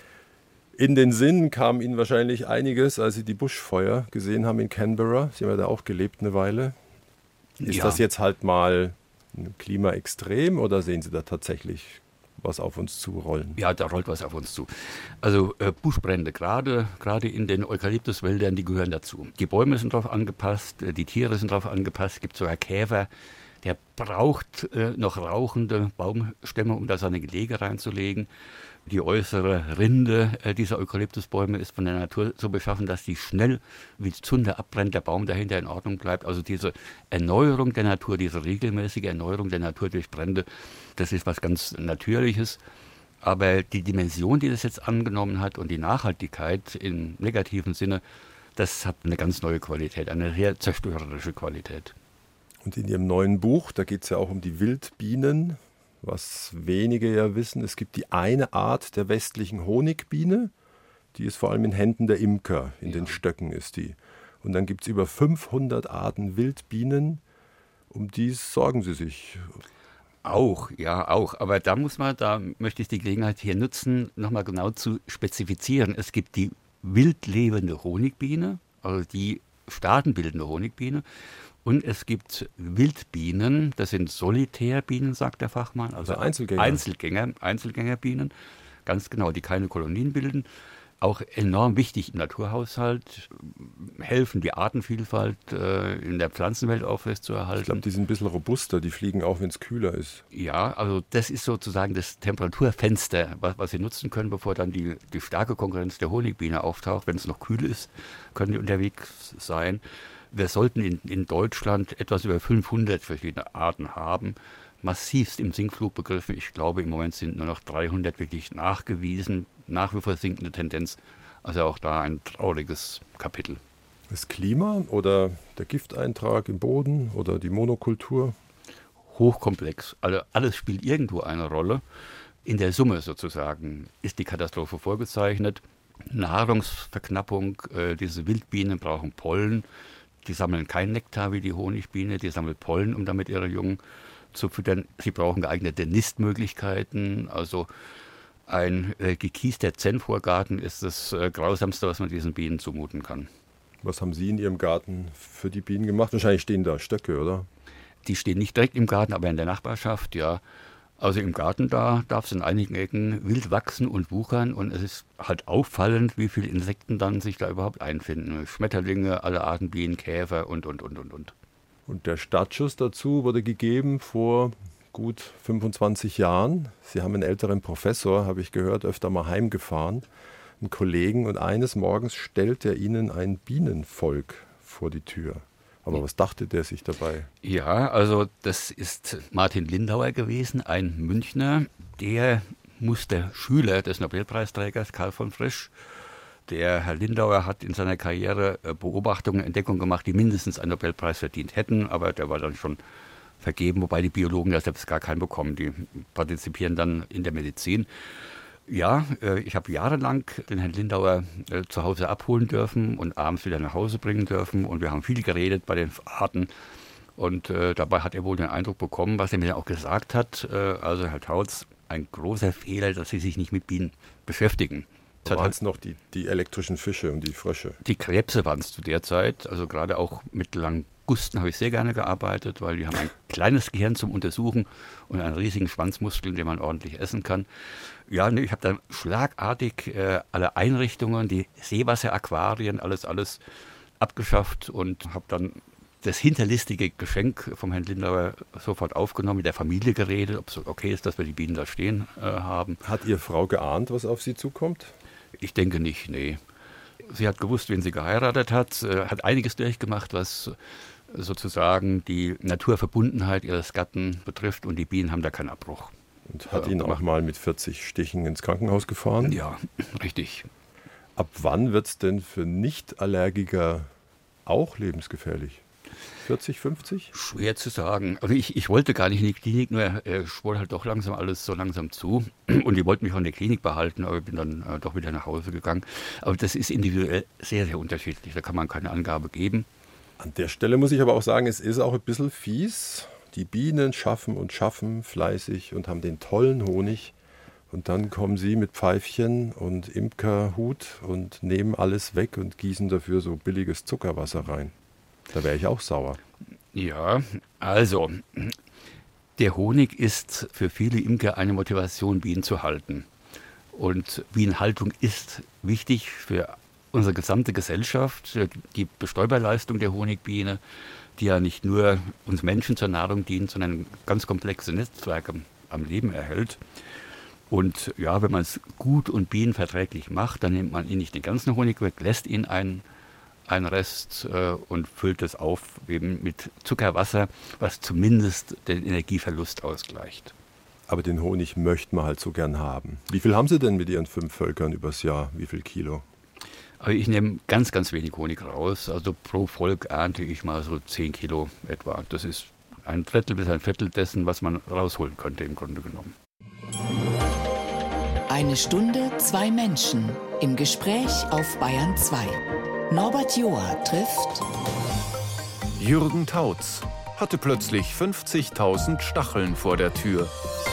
[SPEAKER 1] In den Sinn kam Ihnen wahrscheinlich einiges, als Sie die Buschfeuer gesehen haben in Canberra. Sie haben ja da auch gelebt eine Weile. Ist
[SPEAKER 2] Ja.
[SPEAKER 1] das jetzt halt mal ein Klimaextrem oder sehen Sie da tatsächlich was auf uns zurollen?
[SPEAKER 2] Ja, da rollt was auf uns zu. Also äh, Buschbrände, gerade gerade in den Eukalyptuswäldern, die gehören dazu. Die Bäume sind darauf angepasst, äh, die Tiere sind darauf angepasst. Es gibt sogar Käfer, der braucht äh, noch rauchende Baumstämme, um da seine Gelege reinzulegen. Die äußere Rinde äh, dieser Eukalyptusbäume ist von der Natur so beschaffen, dass die schnell wie Zunder abbrennt, der Baum dahinter in Ordnung bleibt. Also diese Erneuerung der Natur, diese regelmäßige Erneuerung der Natur durch Brände, das ist was ganz Natürliches. Aber die Dimension, die das jetzt angenommen hat und die Nachhaltigkeit im negativen Sinne, das hat eine ganz neue Qualität, eine sehr zerstörerische Qualität.
[SPEAKER 1] Und in Ihrem neuen Buch, da geht es ja auch um die Wildbienen. Was wenige ja wissen, es gibt die eine Art der westlichen Honigbiene, die ist vor allem in Händen der Imker, in ja. den Stöcken ist die. Und dann gibt es über fünfhundert Arten Wildbienen, um die sorgen Sie sich.
[SPEAKER 2] Auch, ja, auch. Aber da muss man, da möchte ich die Gelegenheit hier nutzen, nochmal genau zu spezifizieren. Es gibt die wildlebende Honigbiene, also die staatenbildende Honigbiene. Und es gibt Wildbienen, das sind Solitärbienen, sagt der Fachmann, also,
[SPEAKER 1] also Einzelgänger.
[SPEAKER 2] Einzelgänger, Einzelgängerbienen, ganz genau, die keine Kolonien bilden. Auch enorm wichtig im Naturhaushalt, helfen die Artenvielfalt äh, in der Pflanzenwelt aufrechtzuerhalten.
[SPEAKER 1] Ich glaube, die sind ein bisschen robuster, die fliegen auch, wenn es kühler ist.
[SPEAKER 2] Ja, also das ist sozusagen das Temperaturfenster, was, was sie nutzen können, bevor dann die, die starke Konkurrenz der Honigbiene auftaucht. Wenn es noch kühl ist, können die unterwegs sein. Wir sollten in, in Deutschland etwas über fünfhundert verschiedene Arten haben, massivst im Sinkflug begriffen. Ich glaube, im Moment sind nur noch dreihundert wirklich nachgewiesen, nach wie vor sinkende Tendenz. Also auch da ein trauriges Kapitel.
[SPEAKER 1] Das Klima oder der Gifteintrag im Boden oder die Monokultur?
[SPEAKER 2] Hochkomplex. Also alles spielt irgendwo eine Rolle. In der Summe sozusagen ist die Katastrophe vorgezeichnet. Nahrungsverknappung, äh, diese Wildbienen brauchen Pollen. Die sammeln keinen Nektar wie die Honigbiene, die sammeln Pollen, um damit ihre Jungen zu füttern. Sie brauchen geeignete Nistmöglichkeiten. Also ein äh, gekiester Zen-Vorgarten ist das äh, Grausamste, was man diesen Bienen zumuten kann.
[SPEAKER 1] Was haben Sie in Ihrem Garten für die Bienen gemacht? Wahrscheinlich stehen da Stöcke, oder?
[SPEAKER 2] Die stehen nicht direkt im Garten, aber in der Nachbarschaft, ja. Also im Garten, da darf es in einigen Ecken wild wachsen und wuchern und es ist halt auffallend, wie viele Insekten dann sich da überhaupt einfinden. Schmetterlinge, alle Arten Bienen, Käfer und, und, und, und, und.
[SPEAKER 1] Und der Startschuss dazu wurde gegeben vor gut fünfundzwanzig Jahren. Sie haben einen älteren Professor, habe ich gehört, öfter mal heimgefahren, einen Kollegen, und eines Morgens stellt er ihnen ein Bienenvolk vor die Tür. Aber was dachte der sich dabei?
[SPEAKER 2] Ja, also das ist Martin Lindauer gewesen, ein Münchner, der musste Schüler des Nobelpreisträgers Karl von Frisch. Der Herr Lindauer hat in seiner Karriere Beobachtungen, Entdeckungen gemacht, die mindestens einen Nobelpreis verdient hätten, aber der war dann schon vergeben, wobei die Biologen da selbst gar keinen bekommen. Die partizipieren dann in der Medizin. Ja, ich habe jahrelang den Herrn Lindauer zu Hause abholen dürfen und abends wieder nach Hause bringen dürfen. Und wir haben viel geredet bei den Arten. Und äh, dabei hat er wohl den Eindruck bekommen, was er mir auch gesagt hat. Äh, also Herr Tautz, ein großer Fehler, dass Sie sich nicht mit Bienen beschäftigen.
[SPEAKER 1] Da waren es noch die, die elektrischen Fische und die Frösche.
[SPEAKER 2] Die Krebse waren es zu der Zeit. Also gerade auch mit Langusten habe ich sehr gerne gearbeitet, weil die haben ein kleines Gehirn zum Untersuchen und einen riesigen Schwanzmuskel, den man ordentlich essen kann. Ja, nee, ich habe dann schlagartig äh, alle Einrichtungen, die Seewasseraquarien, alles, alles abgeschafft und habe dann das hinterlistige Geschenk vom Herrn Lindauer sofort aufgenommen, mit der Familie geredet, ob es okay ist, dass wir die Bienen da stehen äh, haben.
[SPEAKER 1] Hat Ihre Frau geahnt, was auf Sie zukommt?
[SPEAKER 2] Ich denke nicht, nee. Sie hat gewusst, wen sie geheiratet hat, äh, hat einiges durchgemacht, was sozusagen die Naturverbundenheit ihres Gatten betrifft, und die Bienen haben da keinen Abbruch.
[SPEAKER 1] Und hat ihn auch mal mit vierzig Stichen ins Krankenhaus gefahren?
[SPEAKER 2] Ja, richtig.
[SPEAKER 1] Ab wann wird es denn für Nicht-Allergiker auch lebensgefährlich? vierzig, fünfzig?
[SPEAKER 2] Schwer zu sagen. Also ich, ich wollte gar nicht in die Klinik, nur äh, schwoll halt doch langsam alles so langsam zu. Und die wollten mich auch in der Klinik behalten, aber ich bin dann äh, doch wieder nach Hause gegangen. Aber das ist individuell sehr, sehr unterschiedlich. Da kann man keine Angabe geben.
[SPEAKER 1] An der Stelle muss ich aber auch sagen, es ist auch ein bisschen fies. Die Bienen schaffen und schaffen fleißig und haben den tollen Honig. Und dann kommen sie mit Pfeifchen und Imkerhut und nehmen alles weg und gießen dafür so billiges Zuckerwasser rein. Da wäre ich auch sauer.
[SPEAKER 2] Ja, also, der Honig ist für viele Imker eine Motivation, Bienen zu halten. Und Bienenhaltung ist wichtig für unsere gesamte Gesellschaft. Die Bestäuberleistung der Honigbiene, die ja nicht nur uns Menschen zur Nahrung dient, sondern ganz komplexe Netzwerke am Leben erhält. Und ja, wenn man es gut und bienenverträglich macht, dann nimmt man ihn nicht den ganzen Honig weg, lässt ihn einen, einen Rest äh, und füllt es auf eben mit Zuckerwasser, was zumindest den Energieverlust ausgleicht.
[SPEAKER 1] Aber den Honig möchte man halt so gern haben. Wie viel haben Sie denn mit Ihren fünf Völkern übers Jahr? Wie viel Kilo?
[SPEAKER 2] Aber ich nehme ganz, ganz wenig Honig raus. Also pro Volk ernte ich mal so zehn Kilo etwa. Das ist ein Drittel bis ein Viertel dessen, was man rausholen könnte im Grunde genommen.
[SPEAKER 3] Eine Stunde, zwei Menschen im Gespräch auf Bayern zwei. Norbert Joa trifft
[SPEAKER 4] Jürgen Tautz hatte plötzlich fünfzigtausend Stacheln vor der Tür.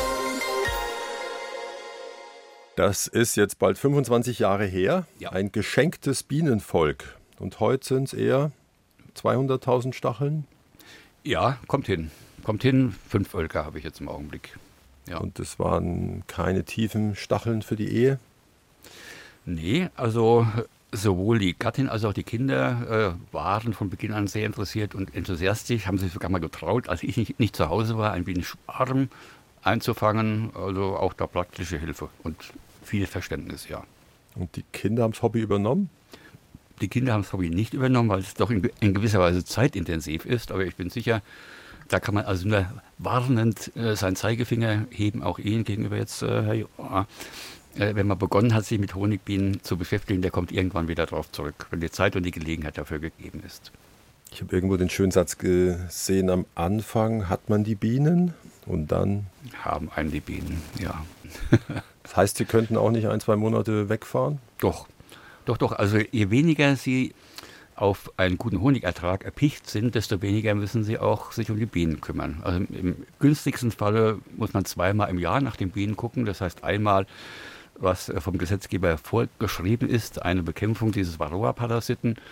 [SPEAKER 1] Das ist jetzt bald fünfundzwanzig Jahre her.
[SPEAKER 2] Ja.
[SPEAKER 1] Ein geschenktes Bienenvolk. Und heute sind es eher zweihunderttausend Stacheln.
[SPEAKER 2] Ja, kommt hin. Kommt hin. Fünf Völker habe ich jetzt im Augenblick. Ja.
[SPEAKER 1] Und das waren keine tiefen Stacheln für die Ehe?
[SPEAKER 2] Nee, also sowohl die Gattin als auch die Kinder äh, waren von Beginn an sehr interessiert und enthusiastisch, haben sich sogar mal getraut, als ich nicht, nicht zu Hause war, ein Bienenschwarm einzufangen. Also auch da praktische Hilfe und viel Verständnis, ja.
[SPEAKER 1] Und die Kinder haben das Hobby übernommen?
[SPEAKER 2] Die Kinder haben das Hobby nicht übernommen, weil es doch in, in gewisser Weise zeitintensiv ist. Aber ich bin sicher, da kann man also nur warnend äh, seinen Zeigefinger heben, auch Ihnen gegenüber jetzt, äh, Herr Joa. Äh, wenn man begonnen hat, sich mit Honigbienen zu beschäftigen, der kommt irgendwann wieder drauf zurück, wenn die Zeit und die Gelegenheit dafür gegeben ist.
[SPEAKER 1] Ich habe irgendwo den schönen Satz gesehen, am Anfang hat man die Bienen und dann...
[SPEAKER 2] Haben einen die Bienen, ja.
[SPEAKER 1] Das heißt, Sie könnten auch nicht ein, zwei Monate wegfahren?
[SPEAKER 2] Doch, doch, doch. Also je weniger Sie auf einen guten Honigertrag erpicht sind, desto weniger müssen Sie auch sich um die Bienen kümmern. Also im günstigsten Falle muss man zweimal im Jahr nach den Bienen gucken. Das heißt einmal, was vom Gesetzgeber vorgeschrieben ist, eine Bekämpfung dieses Varroa-Parasiten.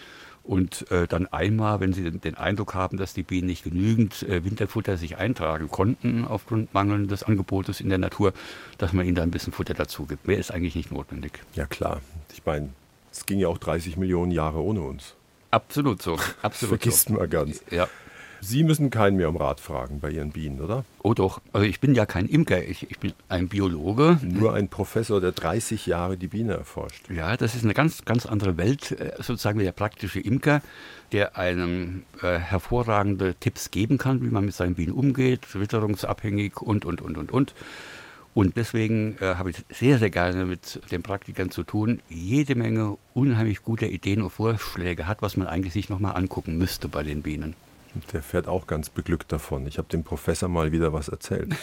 [SPEAKER 2] Und äh, dann einmal, wenn Sie den Eindruck haben, dass die Bienen nicht genügend äh, Winterfutter sich eintragen konnten aufgrund mangelndes Angebotes in der Natur, dass man ihnen da ein bisschen Futter dazu gibt. Mehr ist eigentlich nicht notwendig.
[SPEAKER 1] Ja klar, ich meine, es ging ja auch dreißig Millionen Jahre ohne uns.
[SPEAKER 2] Absolut so. Absolut
[SPEAKER 1] Vergisst
[SPEAKER 2] so.
[SPEAKER 1] man ganz.
[SPEAKER 2] Ja.
[SPEAKER 1] Sie müssen keinen mehr um Rat fragen bei Ihren Bienen, oder?
[SPEAKER 2] Oh doch, also ich bin ja kein Imker, ich, ich bin ein Biologe.
[SPEAKER 1] Nur ein Professor, der dreißig Jahre die Biene erforscht.
[SPEAKER 2] Ja, das ist eine ganz, ganz andere Welt, sozusagen wie der praktische Imker, der einem äh, hervorragende Tipps geben kann, wie man mit seinen Bienen umgeht, witterungsabhängig und, und, und, und, und. Und deswegen äh, habe ich sehr, sehr gerne mit den Praktikern zu tun. Jede Menge unheimlich guter Ideen und Vorschläge hat, was man eigentlich sich nochmal angucken müsste bei den Bienen.
[SPEAKER 1] Der fährt auch ganz beglückt davon. Ich habe dem Professor mal wieder was erzählt.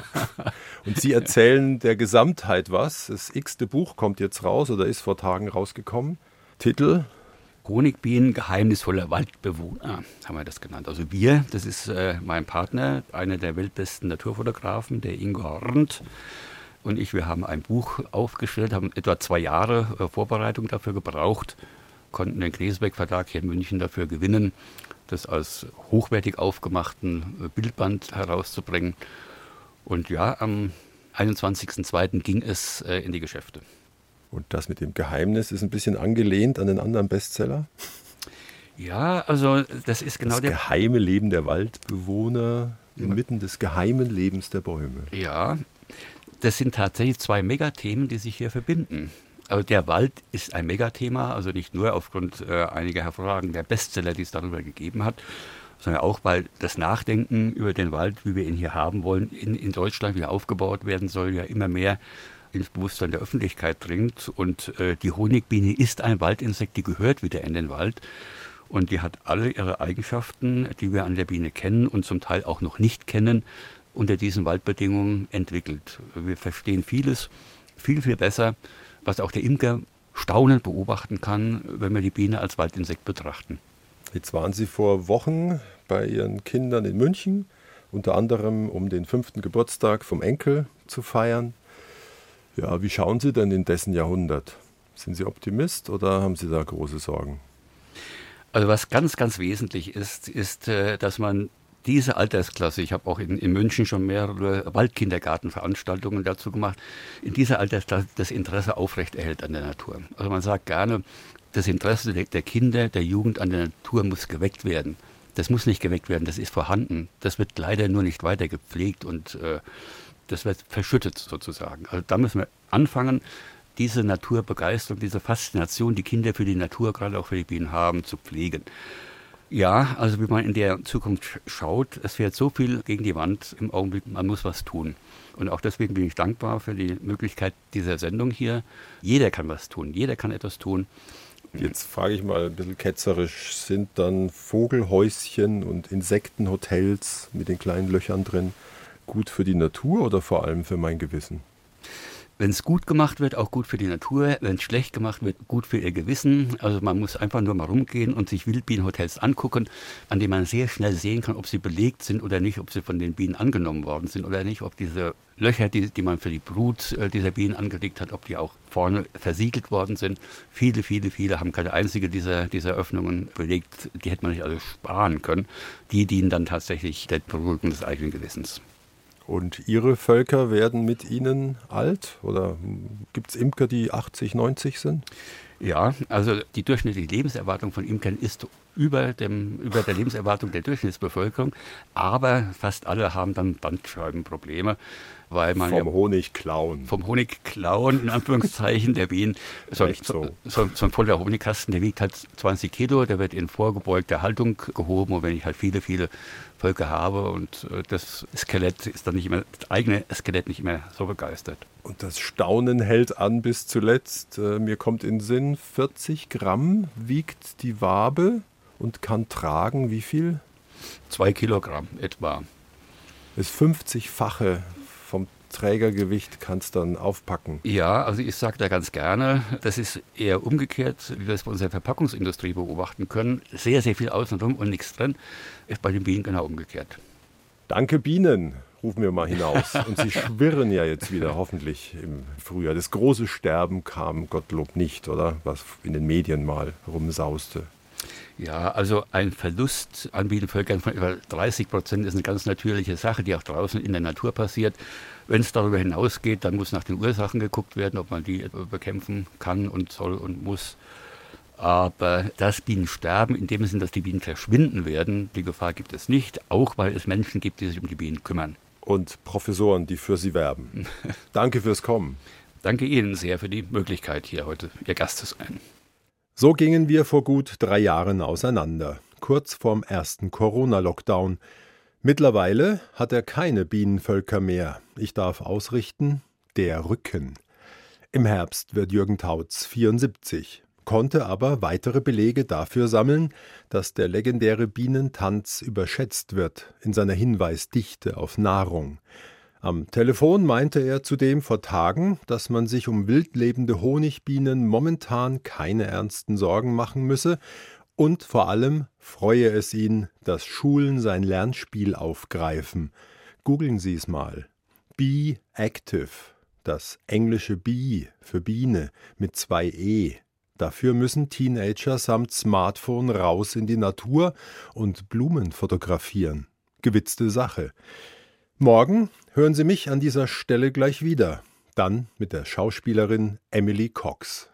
[SPEAKER 1] Und Sie erzählen der Gesamtheit was. Das x-te Buch kommt jetzt raus oder ist vor Tagen rausgekommen. Titel?
[SPEAKER 2] Honigbienen, geheimnisvoller Waldbewohner, haben wir das genannt. Also wir, das ist äh, mein Partner, einer der weltbesten Naturfotografen, der Ingo Hornt. Und ich, wir haben ein Buch aufgestellt, haben etwa zwei Jahre äh, Vorbereitung dafür gebraucht, konnten den Gräsebeck Verlag hier in München dafür gewinnen, das als hochwertig aufgemachten Bildband herauszubringen. Und ja, am einundzwanzigsten zweiten ging es äh, in die Geschäfte.
[SPEAKER 1] Und das mit dem Geheimnis ist ein bisschen angelehnt an den anderen Bestseller?
[SPEAKER 2] Ja, also das ist genau
[SPEAKER 1] das
[SPEAKER 2] der...
[SPEAKER 1] Das geheime Leben der Waldbewohner inmitten des geheimen Lebens der Bäume.
[SPEAKER 2] Ja, das sind tatsächlich zwei Megathemen, die sich hier verbinden. Also der Wald ist ein Megathema, also nicht nur aufgrund äh, einiger hervorragender Bestseller, die es darüber gegeben hat, sondern auch, weil das Nachdenken über den Wald, wie wir ihn hier haben wollen, in, in Deutschland wieder aufgebaut werden soll, ja immer mehr ins Bewusstsein der Öffentlichkeit dringt. Und äh, die Honigbiene ist ein Waldinsekt, die gehört wieder in den Wald. Und die hat alle ihre Eigenschaften, die wir an der Biene kennen und zum Teil auch noch nicht kennen, unter diesen Waldbedingungen entwickelt. Wir verstehen vieles viel, viel besser, was auch der Imker staunend beobachten kann, wenn wir die Biene als Waldinsekt betrachten.
[SPEAKER 1] Jetzt waren Sie vor Wochen bei Ihren Kindern in München, unter anderem um den fünften Geburtstag vom Enkel zu feiern. Ja, wie schauen Sie denn in dessen Jahrhundert? Sind Sie Optimist oder haben Sie da große Sorgen?
[SPEAKER 2] Also was ganz, ganz wesentlich ist, ist, dass man diese Altersklasse, ich habe auch in, in München schon mehrere Waldkindergartenveranstaltungen dazu gemacht, in dieser Altersklasse das Interesse aufrechterhält an der Natur. Also man sagt gerne, das Interesse der, der Kinder, der Jugend an der Natur muss geweckt werden. Das muss nicht geweckt werden, das ist vorhanden. Das wird leider nur nicht weiter gepflegt und äh, das wird verschüttet sozusagen. Also da müssen wir anfangen, diese Naturbegeisterung, diese Faszination, die Kinder für die Natur, gerade auch für die Bienen haben, zu pflegen. Ja, also wie man in der Zukunft schaut, es fährt so viel gegen die Wand im Augenblick, man muss was tun. Und auch deswegen bin ich dankbar für die Möglichkeit dieser Sendung hier. Jeder kann was tun, jeder kann etwas tun.
[SPEAKER 1] Jetzt frage ich mal ein bisschen ketzerisch, sind dann Vogelhäuschen und Insektenhotels mit den kleinen Löchern drin gut für die Natur oder vor allem für mein Gewissen?
[SPEAKER 2] Wenn es gut gemacht wird, auch gut für die Natur. Wenn es schlecht gemacht wird, gut für ihr Gewissen. Also man muss einfach nur mal rumgehen und sich Wildbienenhotels angucken, an denen man sehr schnell sehen kann, ob sie belegt sind oder nicht, ob sie von den Bienen angenommen worden sind oder nicht, ob diese Löcher, die, die man für die Brut äh, dieser Bienen angelegt hat, ob die auch vorne versiegelt worden sind. Viele, viele, viele haben keine einzige dieser, dieser Öffnungen belegt. Die hätte man nicht alle sparen können. Die dienen dann tatsächlich der Beruhigung des eigenen Gewissens.
[SPEAKER 1] Und Ihre Völker werden mit Ihnen alt? Oder gibt es Imker, die achtzig, neunzig sind?
[SPEAKER 2] Ja, also die durchschnittliche Lebenserwartung von Imkern ist über, dem, über der Lebenserwartung der Durchschnittsbevölkerung. Aber fast alle haben dann Bandscheibenprobleme. Weil man
[SPEAKER 1] vom
[SPEAKER 2] ja,
[SPEAKER 1] Honigklauen.
[SPEAKER 2] Vom Honigklauen, in Anführungszeichen, der Bienen. So, so. So, so ein voller Honigkasten, der wiegt halt zwanzig Kilo, der wird in vorgebeugter Haltung gehoben. Und wenn ich halt viele, viele Völker habe und das Skelett ist dann nicht mehr, das eigene Skelett nicht mehr so begeistert.
[SPEAKER 1] Und das Staunen hält an bis zuletzt. Äh, mir kommt in den Sinn, vierzig Gramm wiegt die Wabe und kann tragen wie viel?
[SPEAKER 2] Zwei Kilogramm etwa.
[SPEAKER 1] Das fünfzigfache vom Trägergewicht kannst du dann aufpacken.
[SPEAKER 2] Ja, also ich sage da ganz gerne, das ist eher umgekehrt, wie wir es bei unserer Verpackungsindustrie beobachten können. Sehr, sehr viel außenrum und nichts drin, ist bei den Bienen genau umgekehrt.
[SPEAKER 1] Danke Bienen, rufen wir mal hinaus. Und sie schwirren ja jetzt wieder, hoffentlich im Frühjahr. Das große Sterben kam Gottlob nicht, oder? Was in den Medien mal rumsauste.
[SPEAKER 2] Ja, also ein Verlust an Bienenvölkern von über dreißig Prozent ist eine ganz natürliche Sache, die auch draußen in der Natur passiert. Wenn es darüber hinausgeht, dann muss nach den Ursachen geguckt werden, ob man die bekämpfen kann und soll und muss. Aber dass Bienen sterben, in dem Sinne, dass die Bienen verschwinden werden, die Gefahr gibt es nicht, auch weil es Menschen gibt, die sich um die Bienen kümmern.
[SPEAKER 1] Und Professoren, die für sie werben. Danke fürs Kommen.
[SPEAKER 2] Danke Ihnen sehr für die Möglichkeit, hier heute Ihr Gast zu sein.
[SPEAKER 1] So gingen wir vor gut drei Jahren auseinander, kurz vorm ersten Corona-Lockdown. Mittlerweile hat er keine Bienenvölker mehr. Ich darf ausrichten, der Rücken. Im Herbst wird Jürgen Tautz vierundsiebzig, konnte aber weitere Belege dafür sammeln, dass der legendäre Bienentanz überschätzt wird in seiner Hinweisdichte auf Nahrung. Am Telefon meinte er zudem vor Tagen, dass man sich um wildlebende Honigbienen momentan keine ernsten Sorgen machen müsse und vor allem freue es ihn, dass Schulen sein Lernspiel aufgreifen. Googeln Sie es mal. Bee Active, das englische Bee für Biene mit zwei E. Dafür müssen Teenager samt Smartphone raus in die Natur und Blumen fotografieren. Gewitzte Sache. Morgen hören Sie mich an dieser Stelle gleich wieder. Dann mit der Schauspielerin Emily Cox.